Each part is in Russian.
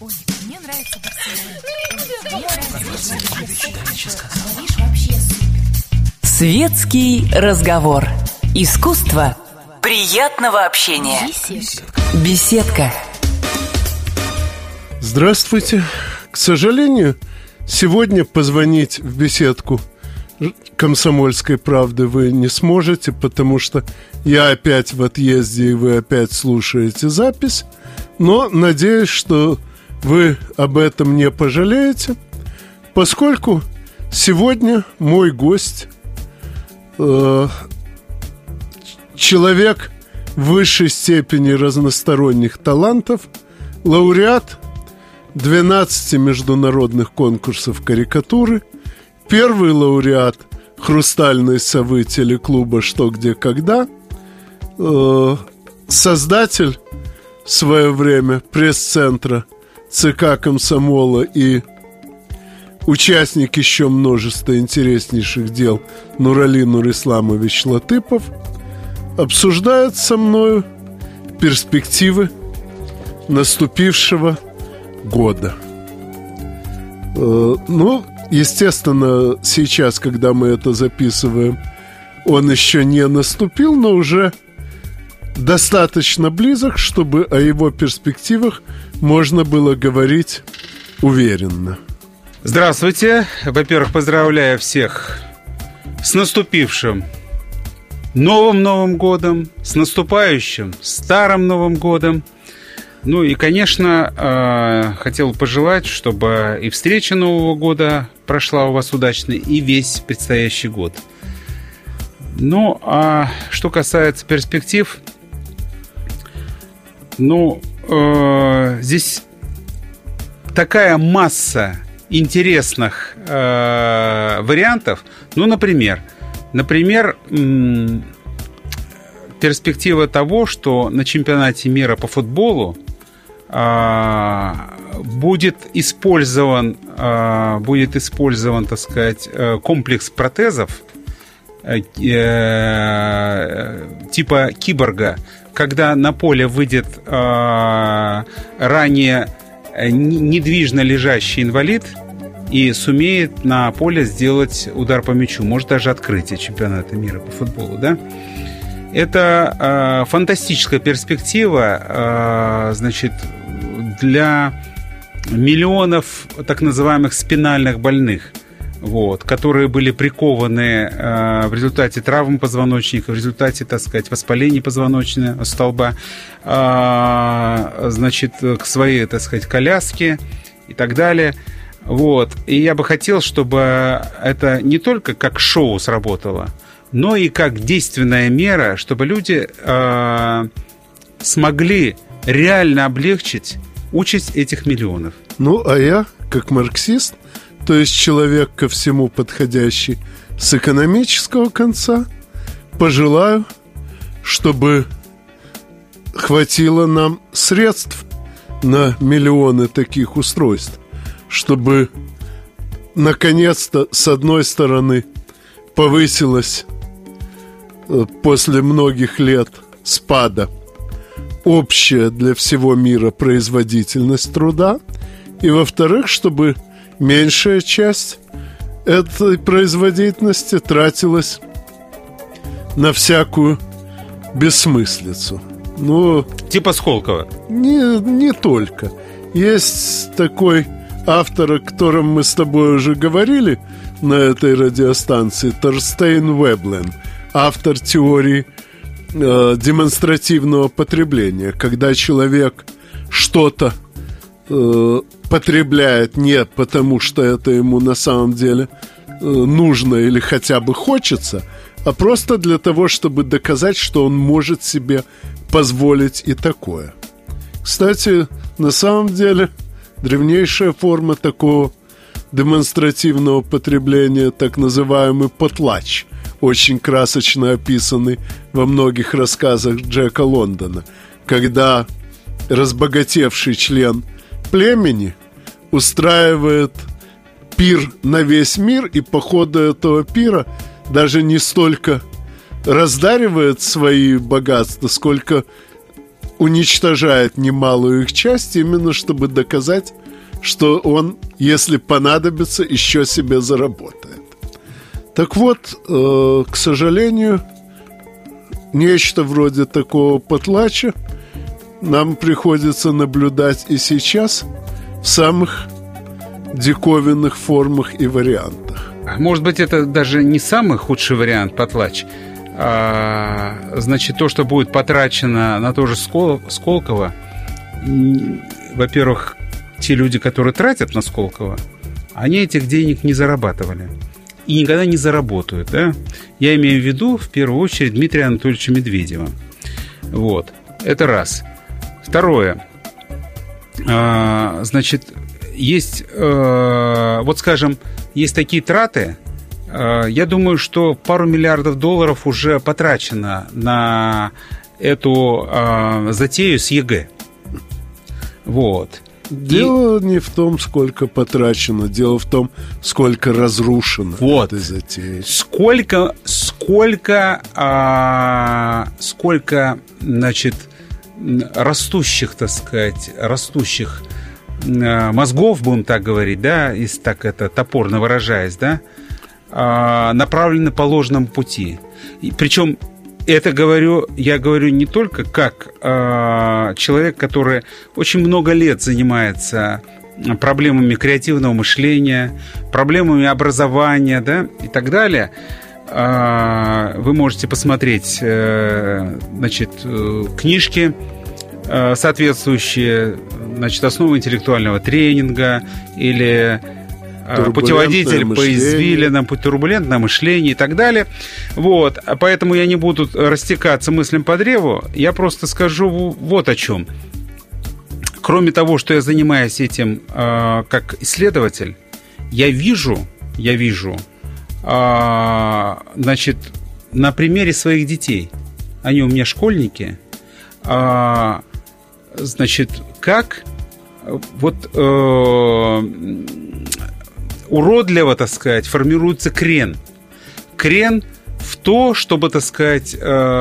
Ой, мне нравится Светский разговор. Искусство приятного общения. Беседка. Здравствуйте. К сожалению, сегодня позвонить в беседку «Комсомольской правды» вы не сможете, потому что я опять в отъезде, и вы опять слушаете запись. Но надеюсь, что вы об этом не пожалеете, поскольку сегодня мой гость человек высшей степени разносторонних талантов, лауреат 12 международных конкурсов карикатуры, первый лауреат «Хрустальной совы» телеклуба «Что, где, когда», создатель в свое время пресс-центра ЦК Комсомола и участник еще множества интереснейших дел Нурали Нурисламович Латыпов обсуждает со мною перспективы наступившего года. Ну, естественно, сейчас, когда мы это записываем, он еще не наступил, но уже достаточно близок, чтобы о его перспективах можно было говорить уверенно. Здравствуйте. Во-первых, поздравляю всех с наступившим Новым годом, с наступающим Старым Новым годом. Ну и, конечно, хотел пожелать, чтобы и встреча Нового года прошла у вас удачно, и весь предстоящий год. Ну, а что касается перспектив, здесь такая масса интересных вариантов. Ну, например, перспектива того, что на чемпионате мира по футболу будет использован, так сказать, комплекс протезов типа киборга, когда на поле выйдет ранее недвижно лежащий инвалид и сумеет на поле сделать удар по мячу, может даже открытие чемпионата мира по футболу, да? Это фантастическая перспектива, значит, для миллионов так называемых спинальных больных, которые были прикованы в результате травм позвоночника, в результате, так сказать, воспаления позвоночного столба, значит, к своей, так сказать, коляске и так далее. И я бы хотел, чтобы это не только как шоу сработало, но и как действенная мера, чтобы люди смогли реально облегчить участь этих миллионов. Ну, а я, как марксист, то есть человек ко всему подходящий с экономического конца, пожелаю, чтобы хватило нам средств на миллионы таких устройств, чтобы наконец-то, с одной стороны, повысилась после многих лет спада общая для всего мира производительность труда, и, во-вторых, чтобы меньшая часть этой производительности тратилась на всякую бессмыслицу. Типа Сколково? Не только. Есть такой автор, о котором мы с тобой уже говорили на этой радиостанции, Торстейн Веблен, автор теории демонстративного потребления, когда человек что-то потребляет не потому, что это ему на самом деле нужно или хотя бы хочется, а просто для того, чтобы доказать, что он может себе позволить и такое. Кстати, на самом деле древнейшая форма такого демонстративного потребления, так называемый потлач, очень красочно описанный во многих рассказах Джека Лондона, когда разбогатевший член племени устраивает пир на весь мир, и по ходу этого пира даже не столько раздаривает свои богатства, сколько уничтожает немалую их часть, именно чтобы доказать, что он, если понадобится, еще себе заработает. Так вот, к сожалению, нечто вроде такого потлача нам приходится наблюдать и сейчас в самых диковинных формах и вариантах. Может быть, это даже не самый худший вариант потлач. Значит, то, что будет потрачено на то же Сколково, во-первых, те люди, которые тратят на Сколково, они этих денег не зарабатывали и никогда не заработают, да? Я имею в виду, в первую очередь, Дмитрия Анатольевича Медведева. Вот. Это раз. Второе. Значит, есть, вот скажем, есть такие траты. Я думаю, что пару миллиардов долларов уже потрачено на эту затею с ЕГЭ. Вот. Дело не в том, сколько потрачено, дело в том, сколько разрушено вот. этой затеей. Сколько, значит, растущих, так сказать, мозгов, будем так говорить, да, если так это топорно выражаясь, да, направлены по ложному пути. Причем это я говорю не только как человек, который очень много лет занимается проблемами креативного мышления, проблемами образования, да, и так далее. Вы можете посмотреть, значит, книжки, соответствующие, значит, основы интеллектуального тренинга или путеводитель по извилинам, турбулентное мышление и так далее. Вот. Поэтому я не буду растекаться мыслям по древу. Я просто скажу вот о чем. Кроме того, что я занимаюсь этим как исследователь, я вижу, значит, на примере своих детей. Они у меня школьники. Значит, как вот уродливо, так сказать, формируется крен. Крен в то, чтобы, так сказать,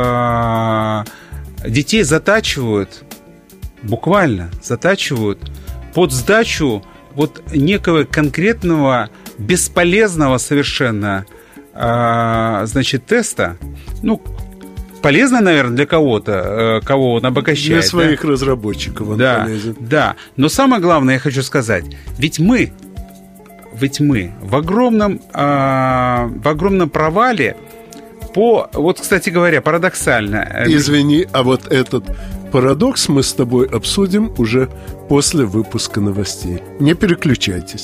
детей затачивают, буквально затачивают под сдачу вот некого конкретного, бесполезного совершенно, значит, теста. Ну, полезно, наверное, для кого-то, кого он обогащает. Для своих разработчиков он полезен. Да, но самое главное, я хочу сказать, ведь мы в огромном провале вот, кстати говоря, парадоксально. Извини, а вот этот парадокс мы с тобой обсудим уже после выпуска новостей. Не переключайтесь.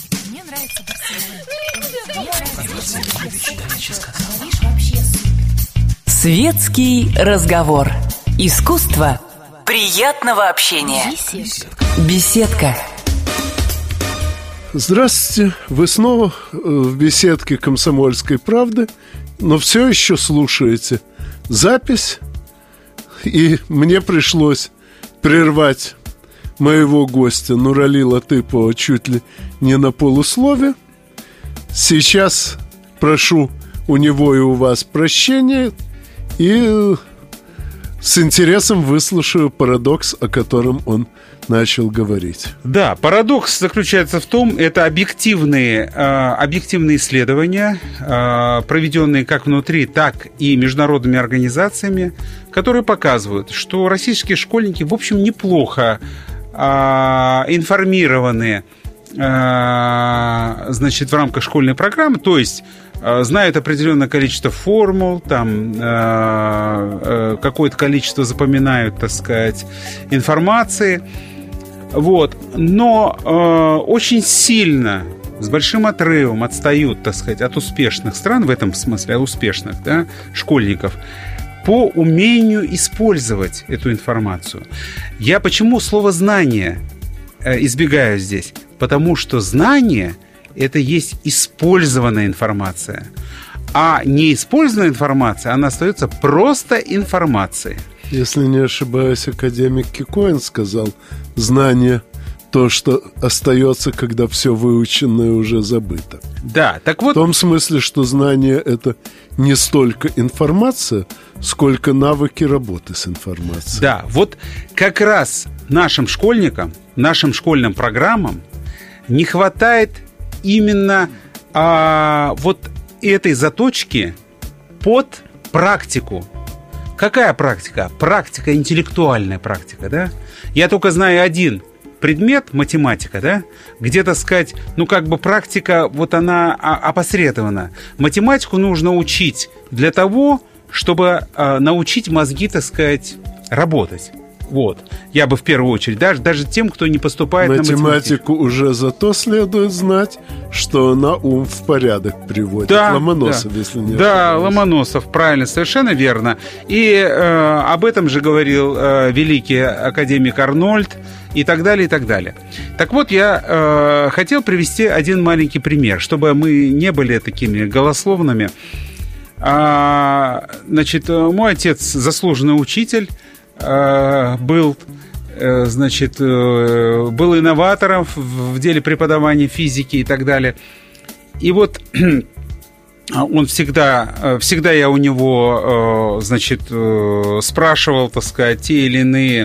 Светский разговор. Искусство приятного общения. Беседка. Здравствуйте, вы снова в беседке «Комсомольской правды», но все еще слушаете запись, и мне пришлось прервать моего гостя Нурали Латыпова чуть ли не на полуслове. Сейчас прошу у него и у вас прощения и с интересом выслушаю парадокс, о котором он начал говорить. Да, парадокс заключается в том, это объективные исследования, проведенные как внутри, так и международными организациями, которые показывают, что российские школьники, в общем, неплохо информированы, значит, в рамках школьной программы, то есть знают определенное количество формул, там какое-то количество запоминают, так сказать, информации. Вот. Но очень сильно, с большим отрывом отстают, так сказать, от успешных стран, в этом смысле, от успешных, да, школьников, по умению использовать эту информацию. Я почему слово «знание» избегаю здесь? Потому что знание – это есть использованная информация. А неиспользованная информация, она остается просто информацией. Если не ошибаюсь, академик Кикоин сказал: знание то, что остается, когда все выученное уже забыто. Да, так вот... В том смысле, что знание – это не столько информация, сколько навыки работы с информацией. Да, вот как раз нашим школьникам, нашим школьным программам не хватает именно вот этой заточки под практику. Какая практика? Практика, интеллектуальная практика, да? Я только знаю один предмет, математика, да, где, так сказать, практика, вот она опосредована. Математику нужно учить для того, чтобы научить мозги, так сказать, работать. Вот. Я бы в первую очередь, даже тем, кто не поступает математику на математику. Уже зато следует знать, что она ум в порядок приводит. Да, Ломоносов, если не ошибаюсь. Да, Ломоносов, правильно, совершенно верно. И об этом же говорил великий академик Арнольд и так далее, и так далее. Так вот, я хотел привести один маленький пример, чтобы мы не были такими голословными. Значит, мой отец заслуженный учитель, был инноватором в деле преподавания физики и так далее. И вот он всегда я у него, спрашивал, так сказать, те или иные,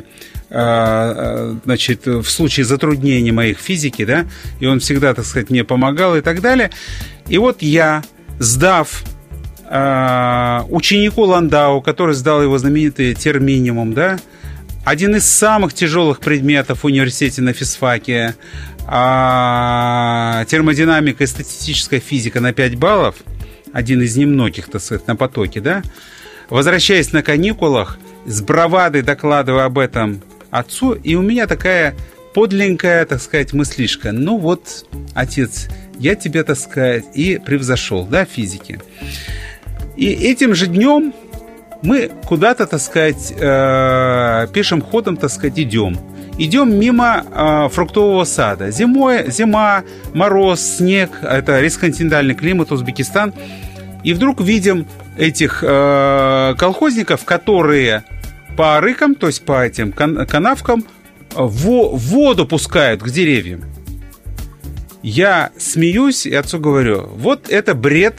в случае затруднений моих физики, да, и он всегда, так сказать, мне помогал и так далее. И вот я, сдав ученику Ландау, который сдал его знаменитый терминимум, да, один из самых тяжелых предметов в университете на физфаке, термодинамика и статистическая физика на 5 баллов, один из немногих, так сказать, на потоке, да, возвращаясь на каникулах, с бравадой докладывая об этом отцу, и у меня такая подленькая, так сказать, мыслишка: ну вот, отец, я тебя, так сказать, и превзошел, да, в физике. И этим же днем мы куда-то, так сказать, пешим ходом, так сказать, идем мимо фруктового сада. Зима, мороз, снег, это ресконтинентальный климат, Узбекистан. И вдруг видим этих колхозников, которые по арыкам, то есть по этим канавкам, воду пускают к деревьям. Я смеюсь и отцу говорю: вот это бред.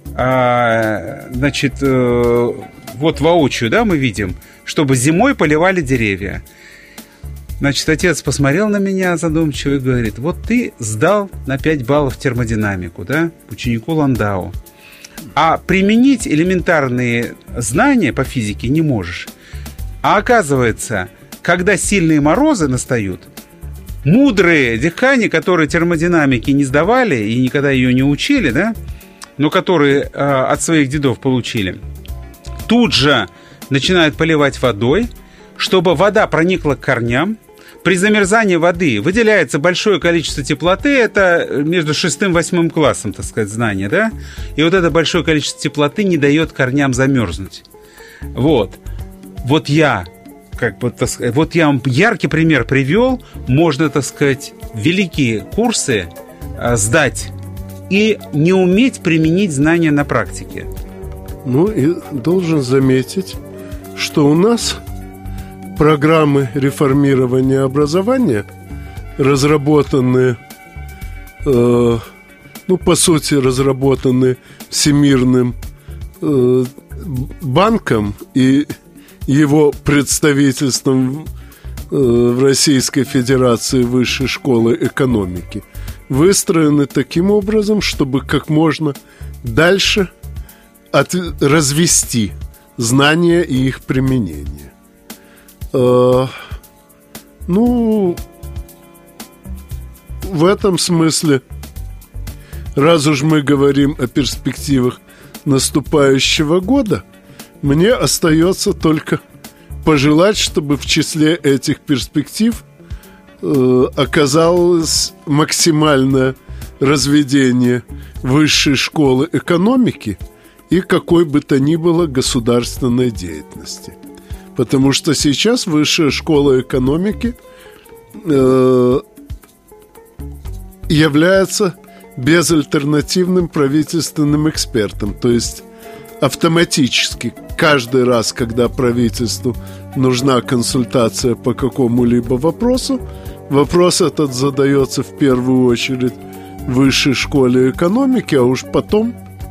Вот воочию, да, мы видим, чтобы зимой поливали деревья. Значит, отец посмотрел на меня задумчиво и говорит: вот ты сдал на 5 баллов термодинамику, да, ученику Ландау, а применить элементарные знания по физике не можешь. А оказывается, когда сильные морозы настают, мудрые дикане, которые термодинамики не сдавали и никогда ее не учили, да, но которые от своих дедов получили, тут же начинают поливать водой, чтобы вода проникла к корням. При замерзании воды выделяется большое количество теплоты, это между 6 и 8 классом, так сказать, знания, да? И вот это большое количество теплоты не дает корням замерзнуть. Вот я вам яркий пример привел. Можно, так сказать, великие курсы сдать и не уметь применить знания на практике. Ну и должен заметить, что у нас программы реформирования образования, разработанные, по сути, разработанные Всемирным банком и его представительством в Российской Федерации Высшей школы экономики, выстроены таким образом, чтобы как можно дальше развести знания и их применение. В этом смысле, раз уж мы говорим о перспективах наступающего года, мне остается только пожелать, чтобы в числе этих перспектив оказалось максимальное разведение высшей школы экономики и какой бы то ни было государственной деятельности. Потому что сейчас высшая школа экономики является безальтернативным правительственным экспертом. То есть автоматически каждый раз, когда правительству нужна консультация по какому-либо вопросу, вопрос этот задается в первую очередь в высшей школе экономики, а уж потом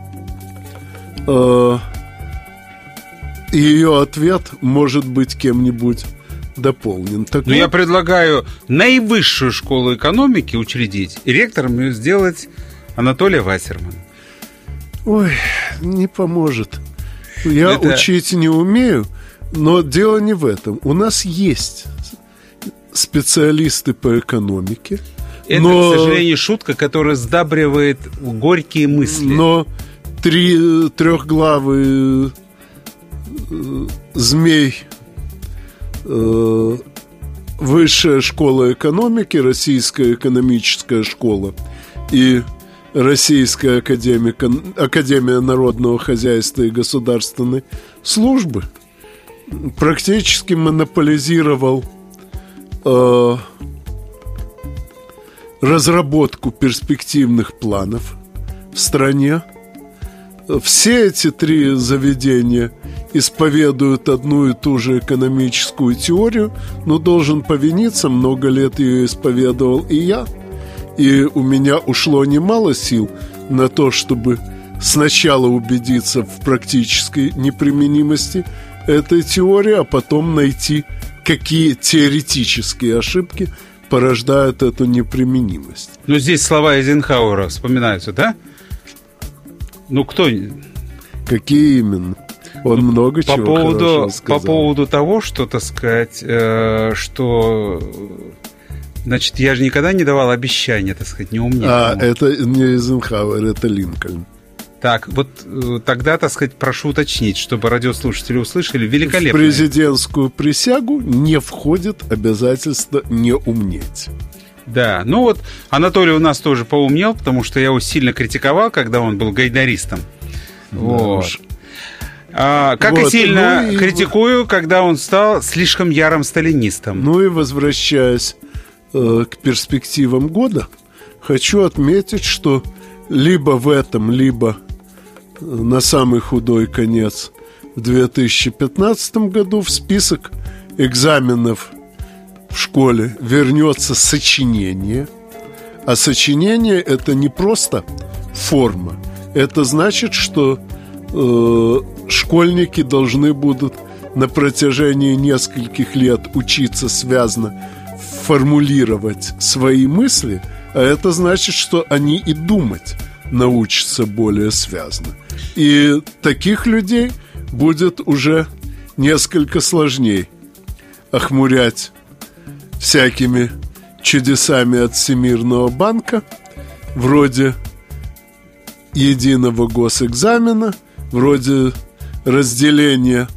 ее ответ может быть кем-нибудь дополнен. Так Но вот, я предлагаю наивысшую школу экономики учредить и ректором ее сделать Анатолия Вассермана. Ой, не поможет. Я учить не умею, но дело не в этом. У нас есть специалисты по экономике. Это, к сожалению, шутка, которая сдабривает горькие мысли. Но трехглавый змей, Высшая школа экономики, Российская экономическая школа и Российская академия народного хозяйства и государственной службы практически монополизировал разработку перспективных планов в стране. Все эти три заведения исповедуют одну и ту же экономическую теорию, но должен повиниться, много лет ее исповедовал и я. И у меня ушло немало сил на то, чтобы сначала убедиться в практической неприменимости этой теории, а потом найти, какие теоретические ошибки порождают эту неприменимость. Ну, здесь слова Эйзенхауэра вспоминаются, да? Ну, кто? Какие именно? Он много чего хорошего сказал. По поводу того, что, так сказать, что... Значит, я же никогда не давал обещания, так сказать, не умнее. Это не Эйзенхауэр, это Линкольн. Так, вот тогда, так сказать, прошу уточнить, чтобы радиослушатели услышали. Великолепно. В президентскую присягу не входит обязательство не умнеть. Да, ну вот Анатолий у нас тоже поумнел, потому что я его сильно критиковал, когда он был гайдаристом. Да вот. Как вот, и сильно критикую, когда он стал слишком ярым сталинистом. Ну и возвращаясь к перспективам года, хочу отметить, что либо в этом, либо на самый худой конец в 2015 году в список экзаменов в школе вернется сочинение. А сочинение — это не просто форма. Это значит, что школьники должны будут на протяжении нескольких лет учиться связно формулировать свои мысли, а это значит, что они и думать научатся более связно. И таких людей будет уже несколько сложнее охмурять всякими чудесами от Всемирного банка, вроде единого госэкзамена, вроде разделения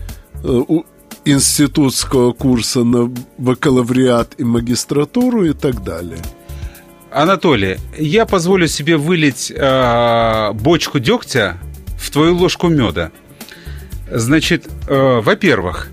институтского курса на бакалавриат и магистратуру и так далее. Анатолий, я позволю себе вылить бочку дегтя в твою ложку меда. Значит, во-первых,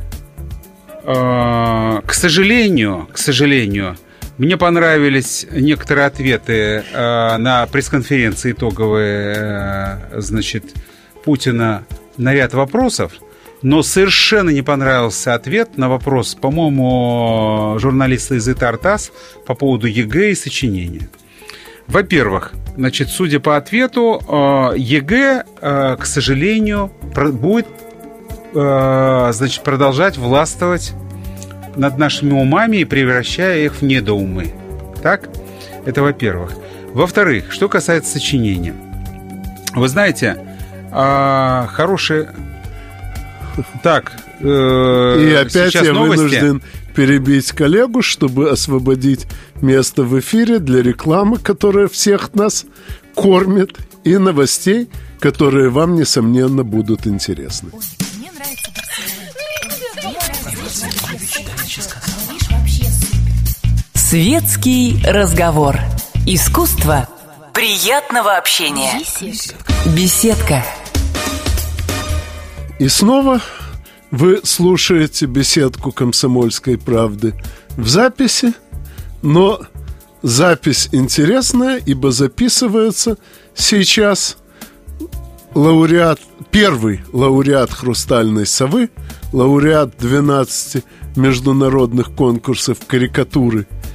к сожалению, мне понравились некоторые ответы на пресс-конференции итоговые, значит, Путина на ряд вопросов, но совершенно не понравился ответ на вопрос, по-моему, журналиста из ИТАР-ТАСС по поводу ЕГЭ и сочинения. Во-первых, значит, судя по ответу, ЕГЭ, к сожалению, будет, значит, продолжать властвовать над нашими умами и превращая их в недоумы. Так? Это во-первых. Во-вторых, что касается сочинения. Вы знаете, хорошие... Так, и опять я новости. Вынужден перебить коллегу, чтобы освободить место в эфире для рекламы, которая всех нас кормит, и новостей, которые вам, несомненно, будут интересны. Светский разговор. Искусство приятного общения. Беседка. И снова вы слушаете беседку «Комсомольской правды» в записи, но запись интересная, ибо записывается сейчас первый лауреат «Хрустальной совы», лауреат 12 международных конкурсов карикатуры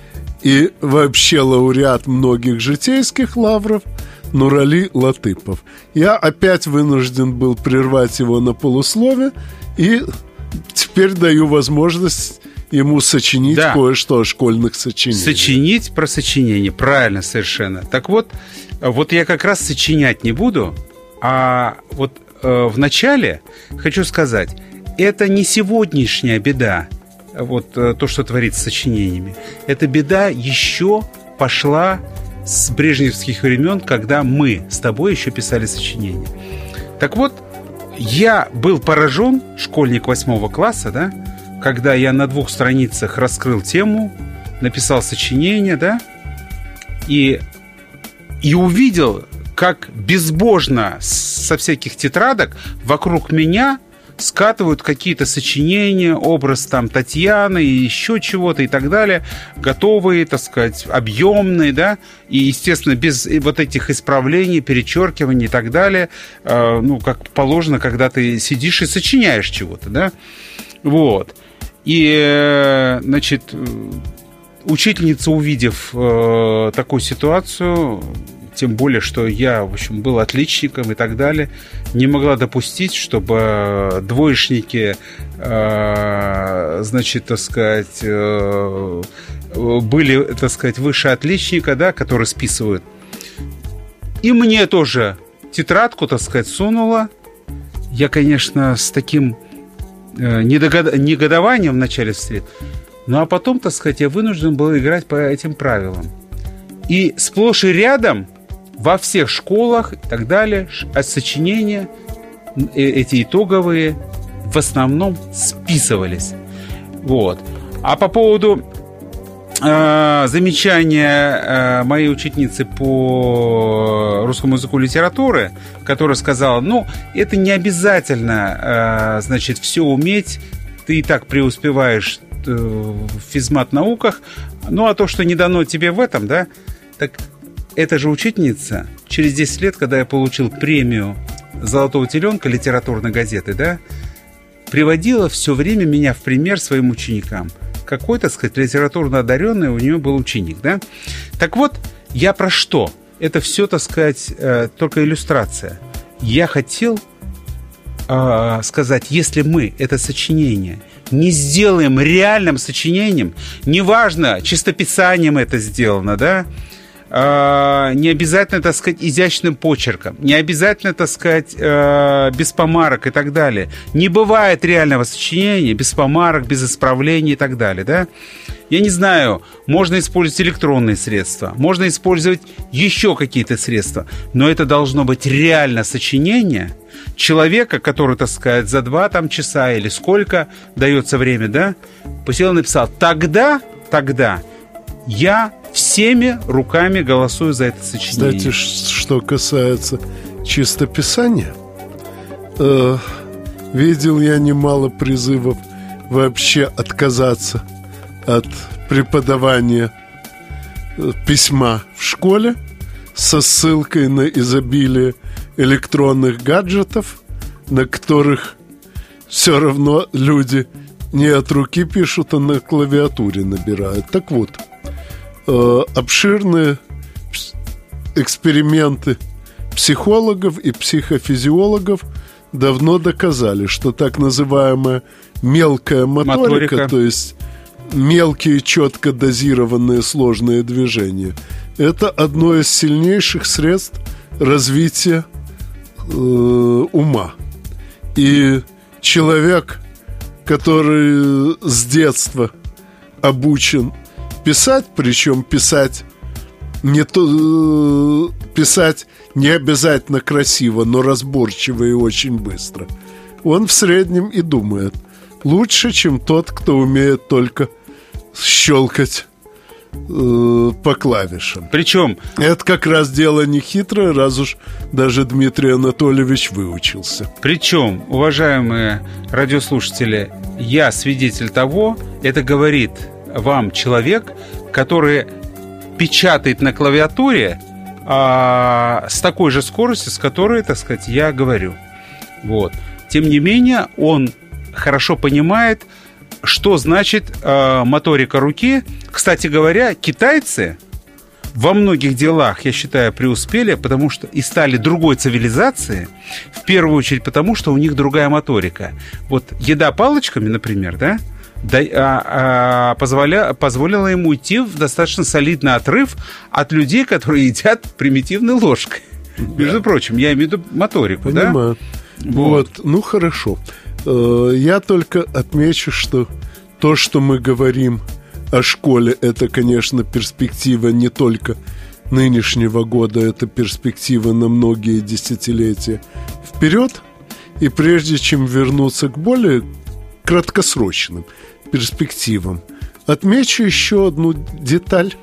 и вообще лауреат многих житейских лавров Нурали Латыпов. Я опять вынужден был прервать его на полуслове, и теперь даю возможность ему сочинить кое-что о школьных сочинениях. Сочинить про сочинение, правильно совершенно. Так вот я как раз сочинять не буду, а вот вначале хочу сказать, это не сегодняшняя беда, вот то, что творится с сочинениями. Эта беда еще пошла с брежневских времен, когда мы с тобой еще писали сочинения. Так вот, я был поражен, школьник 8 класса, да, когда я на 2 страницах раскрыл тему, написал сочинение, да, и увидел, как безбожно со всяких тетрадок вокруг меня скатывают какие-то сочинения, образ там Татьяны и еще чего-то и так далее, готовые, так сказать, объемные, да, и, естественно, без вот этих исправлений, перечеркиваний и так далее, как положено, когда ты сидишь и сочиняешь чего-то, да, вот. И, значит, учительница, увидев такую ситуацию, тем более, что я, в общем, был отличником и так далее, не могла допустить, чтобы двоечники, значит, так сказать, были, так сказать, выше отличника, да, которые списывают. И мне тоже тетрадку, так сказать, сунула. Я, конечно, с таким негодованием вначале встретил. Ну, а потом, так сказать, я вынужден был играть по этим правилам. И сплошь и рядом во всех школах и так далее сочинения эти итоговые в основном списывались. Вот. А по поводу замечания моей учительницы по русскому языку и литературе, которая сказала, это не обязательно, значит, все уметь, ты и так преуспеваешь в физмат-науках, а то, что не дано тебе в этом, да, так эта же учительница через 10 лет, когда я получил премию «Золотого теленка» литературной газеты, да, приводила все время меня в пример своим ученикам. Какой, так сказать, литературно одаренный у нее был ученик, да. Так вот, я про что? Это все, так сказать, только иллюстрация. Я хотел сказать, если мы это сочинение не сделаем реальным сочинением, неважно, чистописанием это сделано, да, не обязательно, так сказать, изящным почерком, не обязательно, так сказать, без помарок и так далее. Не бывает реального сочинения без помарок, без исправлений и так далее, да. Я не знаю, можно использовать электронные средства, можно использовать еще какие-то средства, но это должно быть реально сочинение человека, который, так сказать, за 2 часа или сколько дается время, да, посел и написал, тогда я всеми руками голосую за это сочинение. Кстати, что касается чистописания, видел я немало призывов вообще отказаться от преподавания письма в школе со ссылкой на изобилие электронных гаджетов, на которых все равно люди не от руки пишут, а на клавиатуре набирают. Так вот, обширные эксперименты психологов и психофизиологов давно доказали, что так называемая мелкая моторика, то есть мелкие, четко дозированные сложные движения, это одно из сильнейших средств развития ума. И человек, который с детства обучен писать, причем писать не обязательно красиво, но разборчиво и очень быстро, он в среднем и думает лучше, чем тот, кто умеет только щелкать по клавишам. Причем это как раз дело не хитрое, раз уж даже Дмитрий Анатольевич выучился. Причем, уважаемые радиослушатели, я свидетель того, это говорит вам человек, который печатает на клавиатуре с такой же скоростью, с которой, так сказать, я говорю. Вот. Тем не менее, он хорошо понимает, что значит моторика руки. Кстати говоря, китайцы во многих делах, я считаю, преуспели, потому что и стали другой цивилизацией, в первую очередь потому, что у них другая моторика. Вот еда палочками, например, да, позволила ему уйти в достаточно солидный отрыв от людей, которые едят примитивной ложкой. Между прочим, я имею в виду моторику. Понимаю. Да? Вот, ну хорошо. Я только отмечу, что то, что мы говорим о школе, это, конечно, перспектива не только нынешнего года, это перспектива на многие десятилетия вперед. И прежде чем вернуться к более краткосрочным перспективам, отмечу еще одну деталь.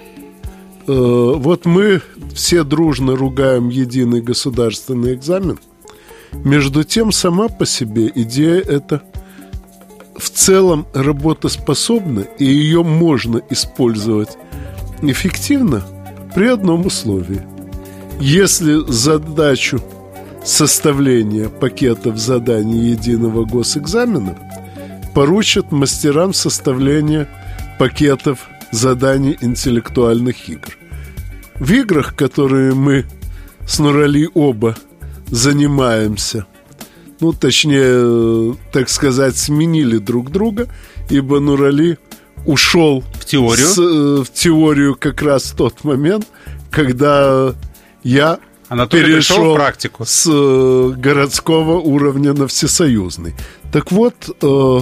Вот мы все дружно ругаем единый государственный экзамен. Между тем, сама по себе идея эта в целом работоспособна, и ее можно использовать эффективно при одном условии. Если задачу составления пакетов заданий единого госэкзамена поручат мастерам составления пакетов заданий интеллектуальных игр. В играх, которые мы с Нурали оба занимаемся, ну, точнее, так сказать, сменили друг друга, ибо Нурали ушел в теорию как раз в тот момент, когда я перешел в практику с городского уровня на всесоюзный. Так вот,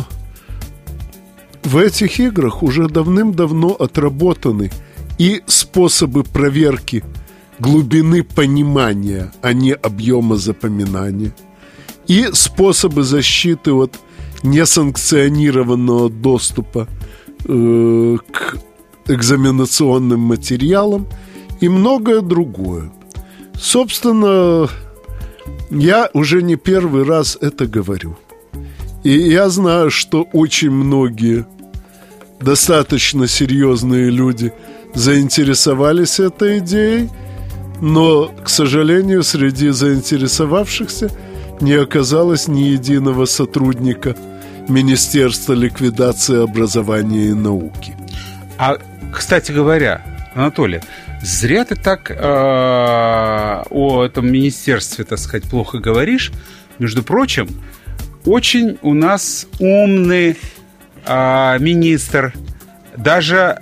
в этих играх уже давным-давно отработаны и способы проверки глубины понимания, а не объема запоминания, и способы защиты от несанкционированного доступа к экзаменационным материалам и многое другое. Собственно, я уже не первый раз это говорю. И я знаю, что очень многие достаточно серьезные люди заинтересовались этой идеей, но, к сожалению, среди заинтересовавшихся не оказалось ни единого сотрудника Министерства ликвидации образования и науки. А, кстати говоря, Анатолий, зря ты так о этом министерстве, так сказать, плохо говоришь. Между прочим, очень у нас умный министр, даже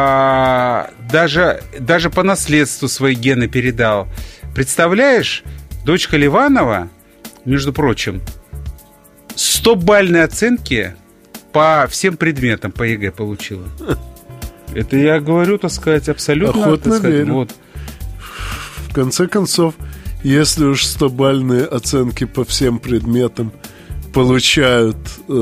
по наследству свои гены передал. Представляешь, дочка Ливанова, между прочим, 100-бальные оценки по всем предметам по ЕГЭ получила. Это я говорю, так сказать, абсолютно... Охотно так сказать, верю. вот. В конце концов, если уж 100-бальные оценки по всем предметам получают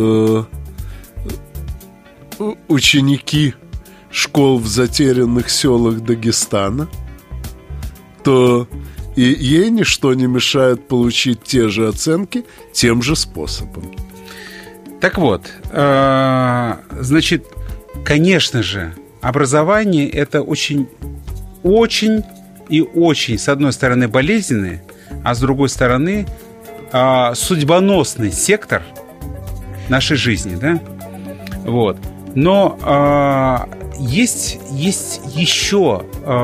ученики школ в затерянных селах Дагестана, то и ей ничто не мешает получить те же оценки тем же способом. Так вот, значит, конечно же, образование – это очень, очень и очень, с одной стороны, болезненный, а с другой стороны, судьбоносный сектор нашей жизни, да? Вот. Но есть еще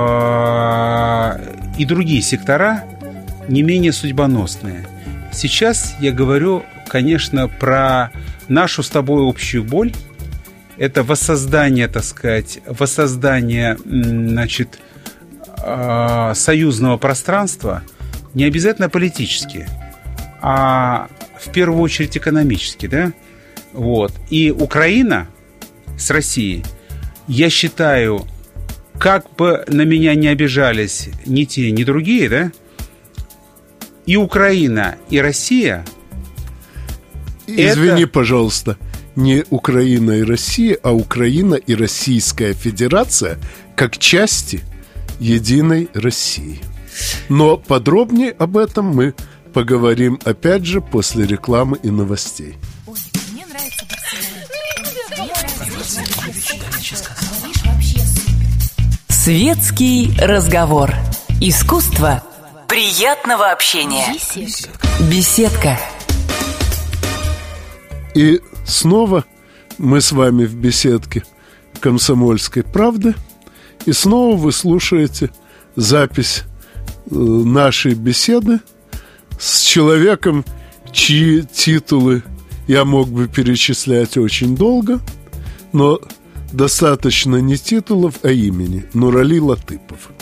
и другие сектора, не менее судьбоносные. Сейчас я говорю, конечно, про нашу с тобой общую боль. Это воссоздание, так сказать, значит, союзного пространства, не обязательно политически, а в первую очередь экономически, да? Вот. И Украина с Россией, я считаю, как бы на меня не обижались ни те, ни другие, да? И Украина, и Россия... Извини, пожалуйста, не Украина и Россия, а Украина и Российская Федерация как части единой России. Но подробнее об этом мы поговорим опять же после рекламы и новостей. Светский разговор. Искусство приятного общения. Беседка. И снова Мы с вами в беседке «Комсомольской правды». И снова вы слушаете запись нашей беседы с человеком, чьи титулы я мог бы перечислять очень долго, но достаточно не титулов, а имени. Нурали Латыпов.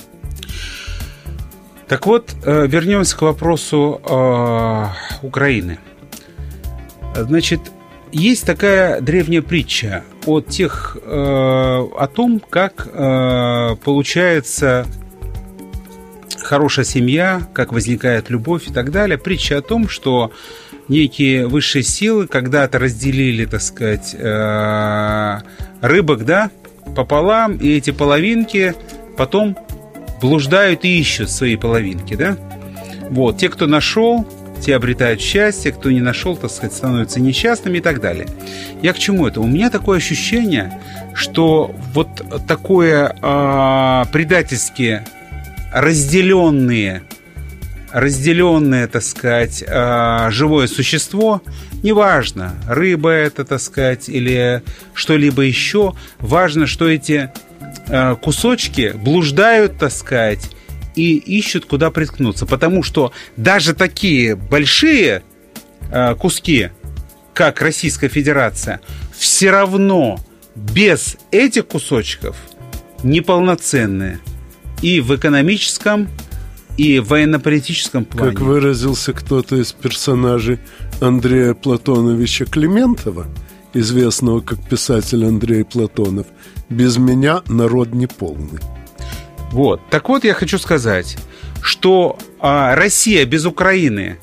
Так вот, вернемся к вопросу Украины. Значит, есть такая древняя притча о том, как получается хорошая семья, как возникает любовь и так далее. Притча о том, что некие высшие силы когда-то разделили, так сказать, рыбок, да, пополам, и эти половинки потом блуждают и ищут свои половинки, да. Вот, те, кто нашел, те обретают счастье, кто не нашел, так сказать, становятся несчастными и так далее. Я к чему это? У меня такое ощущение, что вот такое предательски разделенное, так сказать, живое существо, неважно, рыба это, так сказать, или что-либо еще, важно, что эти кусочки блуждают, так сказать, и ищут, куда приткнуться. Потому что даже такие большие куски, как Российская Федерация, все равно без этих кусочков неполноценные и в экономическом, и в военно-политическом плане. Как выразился кто-то из персонажей Андрея Платоновича Климентова, известного как писатель Андрей Платонов, «Без меня народ не полный». Вот. Так вот, я хочу сказать, что Россия без Украины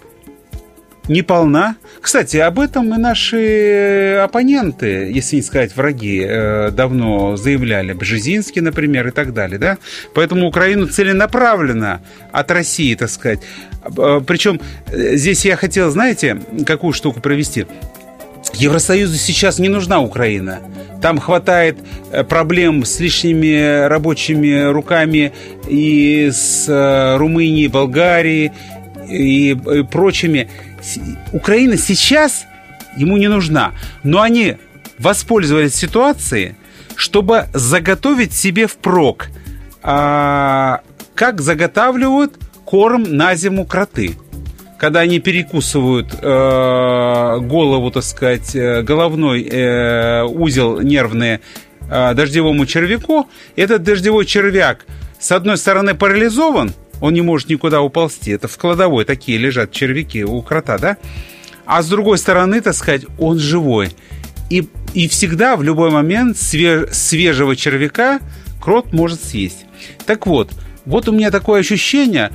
не полна. Кстати, об этом и наши оппоненты, если не сказать враги, давно заявляли. Бжезинский, например, и так далее. Да? Поэтому Украину целенаправленно от России, так сказать. Причем здесь я хотел, знаете, какую штуку провести? Евросоюзу сейчас не нужна Украина. Там хватает проблем с лишними рабочими руками и с Румынией, Болгарией и прочими. Украина сейчас ему не нужна. Но они воспользовались ситуацией, чтобы заготовить себе впрок, как заготавливают корм на зиму кроты. Когда они перекусывают голову, так сказать, головной узел нервный дождевому червяку, этот дождевой червяк с одной стороны парализован, он не может никуда уползти, это в кладовой такие лежат червяки у крота, да? А с другой стороны, так сказать, он живой. И всегда, в любой момент свежего червяка крот может съесть. Так вот у меня такое ощущение,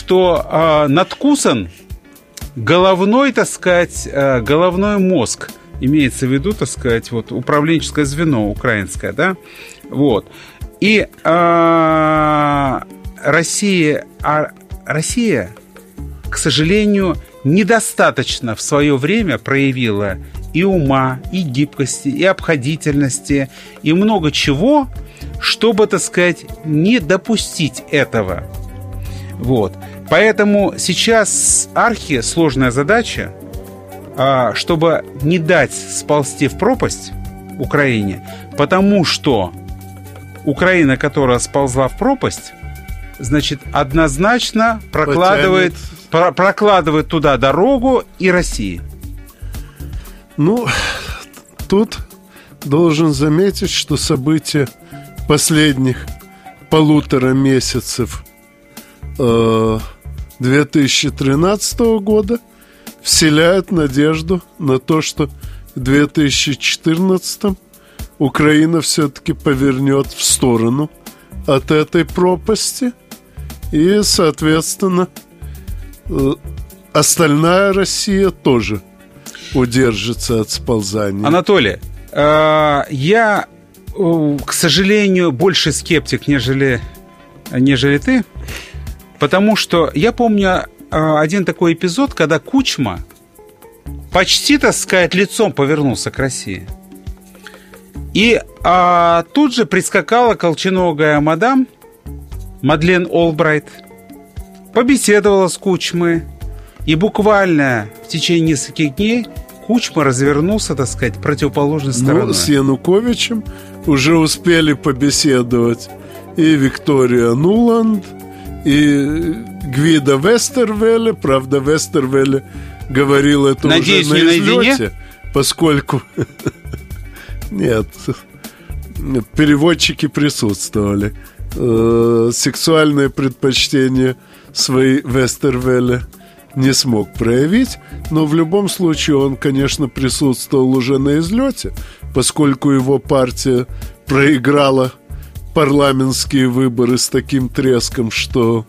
что надкусан головной, так сказать, головной мозг, имеется в виду, так сказать, вот управленческое звено украинское, да, вот. И Россия, к сожалению, недостаточно в свое время проявила и ума, и гибкости, и обходительности, и много чего, чтобы, так сказать, не допустить этого. Вот. Поэтому сейчас архисложная задача, чтобы не дать сползти в пропасть Украине, потому что Украина, которая сползла в пропасть, значит, однозначно прокладывает туда дорогу и России. Ну, тут должен заметить, что события последних 1,5 месяцев 2013 года вселяют надежду на то, что в 2014 Украина все-таки повернет в сторону от этой пропасти, и, соответственно, остальная Россия тоже удержится от сползания. Анатолий, я, к сожалению, больше скептик, нежели ты, потому что я помню один такой эпизод, когда Кучма почти, так сказать, лицом повернулся к России. И тут же прискакала колченогая мадам Мадлен Олбрайт, побеседовала с Кучмой, и буквально в течение нескольких дней Кучма развернулся, так сказать, противоположной стороной. Ну, с Януковичем уже успели побеседовать и Виктория Нуланд, и Гвидо Вестервеле. Правда, Вестервеле говорил это надеюсь, уже на излете, наедине? поскольку... Нет, переводчики присутствовали. Сексуальные предпочтения свои Вестервеле не смог проявить, но в любом случае он, конечно, присутствовал уже на излете, поскольку его партия проиграла парламентские выборы с таким треском, что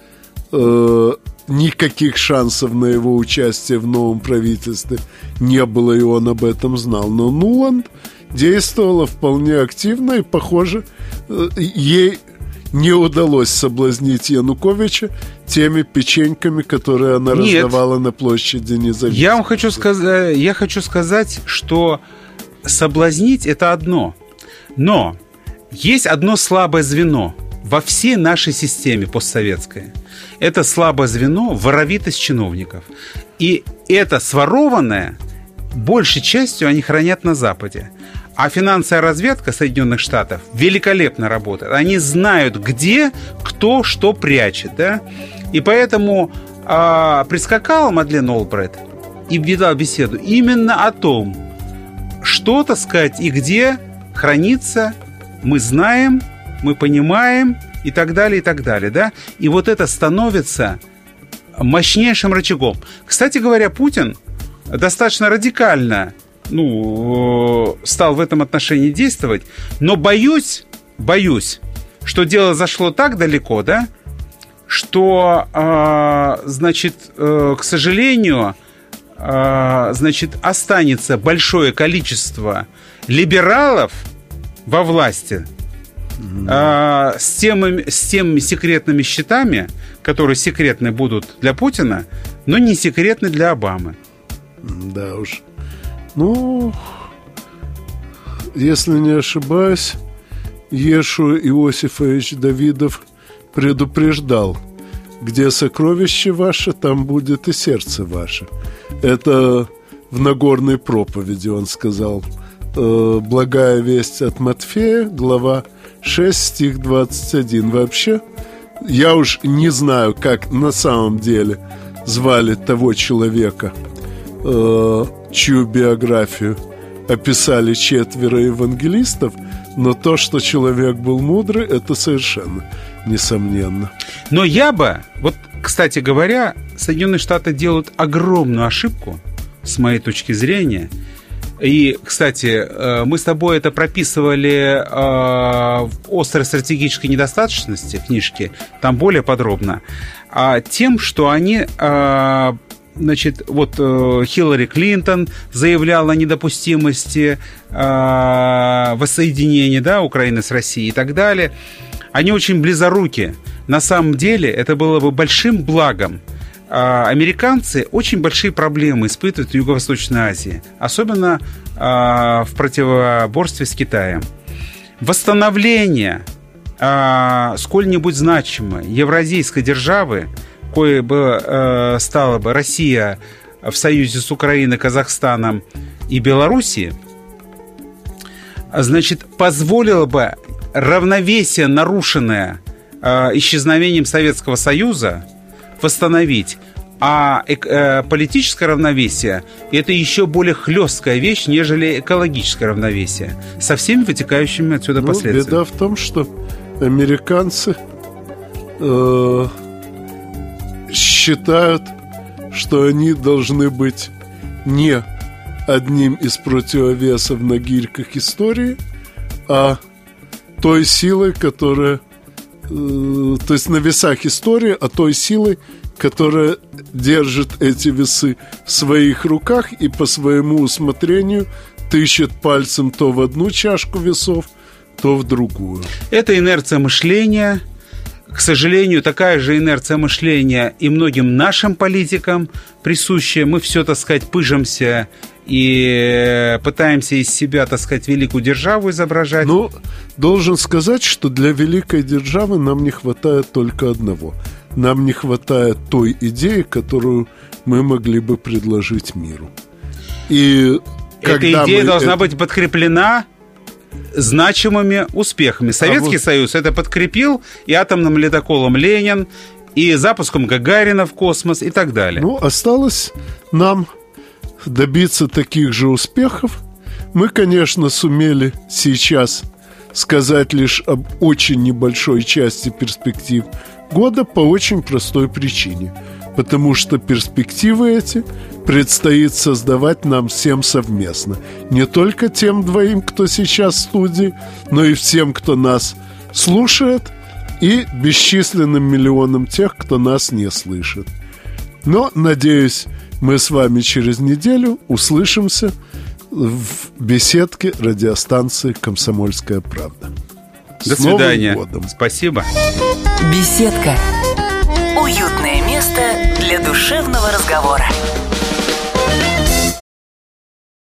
никаких шансов на его участие в новом правительстве не было, и он об этом знал. Но Нуланд действовала вполне активно, и, похоже, ей не удалось соблазнить Януковича теми печеньками, которые она раздавала на площади Независимости. Я хочу сказать, что соблазнить – это одно. Но есть одно слабое звено во всей нашей системе постсоветской. Это слабое звено – воровитость чиновников. И это сворованное большей частью они хранят на Западе. А финансовая разведка Соединенных Штатов великолепно работает. Они знают, где, кто, что прячет. Да? И поэтому прискакала Мадлен Олбрайт и ведла беседу именно о том, что, так сказать, и где хранится, мы знаем, мы понимаем и так далее, и так далее. Да? И вот это становится мощнейшим рычагом. Кстати говоря, Путин достаточно радикально стал в этом отношении действовать, но боюсь, что дело зашло так далеко, да, что, к сожалению, останется большое количество либералов во власти с теми секретными счетами, которые секретны будут для Путина, но не секретны для Обамы. Да уж. Если не ошибаюсь, Ешу Иосифович Давидов предупреждал: где сокровище ваше, там будет и сердце ваше. Это в Нагорной проповеди он сказал. Благая весть от Матфея, глава 6, стих 21. Вообще, я уж не знаю, как на самом деле звали того человека, чью биографию описали 4 евангелистов, но то, что человек был мудрый, это совершенно несомненно. Но кстати говоря, Соединенные Штаты делают огромную ошибку, с моей точки зрения. И, кстати, мы с тобой это прописывали в «Острой стратегической недостаточности» книжки, там более подробно, тем, что они... Хиллари Клинтон заявляла о недопустимости воссоединения, да, Украины с Россией и так далее. Они очень близоруки. На самом деле это было бы большим благом. Американцы очень большие проблемы испытывают в Юго-Восточной Азии, особенно в противоборстве с Китаем. Восстановление сколь-нибудь значимой евразийской державы, кое бы стала бы Россия в союзе с Украиной, Казахстаном и Белоруссией, позволило бы равновесие, нарушенное исчезновением Советского Союза, восстановить. А политическое равновесие – это еще более хлесткая вещь, нежели экологическое равновесие, со всеми вытекающими отсюда последствиями. Беда в том, что американцы считают, что они должны быть не одним из противовесов на гирьках истории, а той силой, которая... то есть на весах истории, а той силой, которая держит эти весы в своих руках и по своему усмотрению тыщет пальцем то в одну чашку весов, то в другую. Это инерция мышления. К сожалению, такая же инерция мышления и многим нашим политикам присущая. Мы все, так сказать, пыжимся и пытаемся из себя, так сказать, великую державу изображать. Но должен сказать, что для великой державы нам не хватает только одного. Нам не хватает той идеи, которую мы могли бы предложить миру. И эта идея должна быть подкреплена значимыми успехами. Советский Союз это подкрепил и атомным ледоколом «Ленин», и запуском Гагарина в космос и так далее. Ну, осталось нам добиться таких же успехов. Мы, конечно, сумели сейчас сказать лишь об очень небольшой части перспектив года по очень простой причине. Потому что перспективы эти предстоит создавать нам всем совместно. Не только тем двоим, кто сейчас в студии, но и всем, кто нас слушает, и бесчисленным миллионам тех, кто нас не слышит. Но, надеюсь, мы с вами через неделю услышимся в беседке радиостанции «Комсомольская правда». До свидания. Новым годом. Спасибо. Беседка. Уютное место для душевного разговора.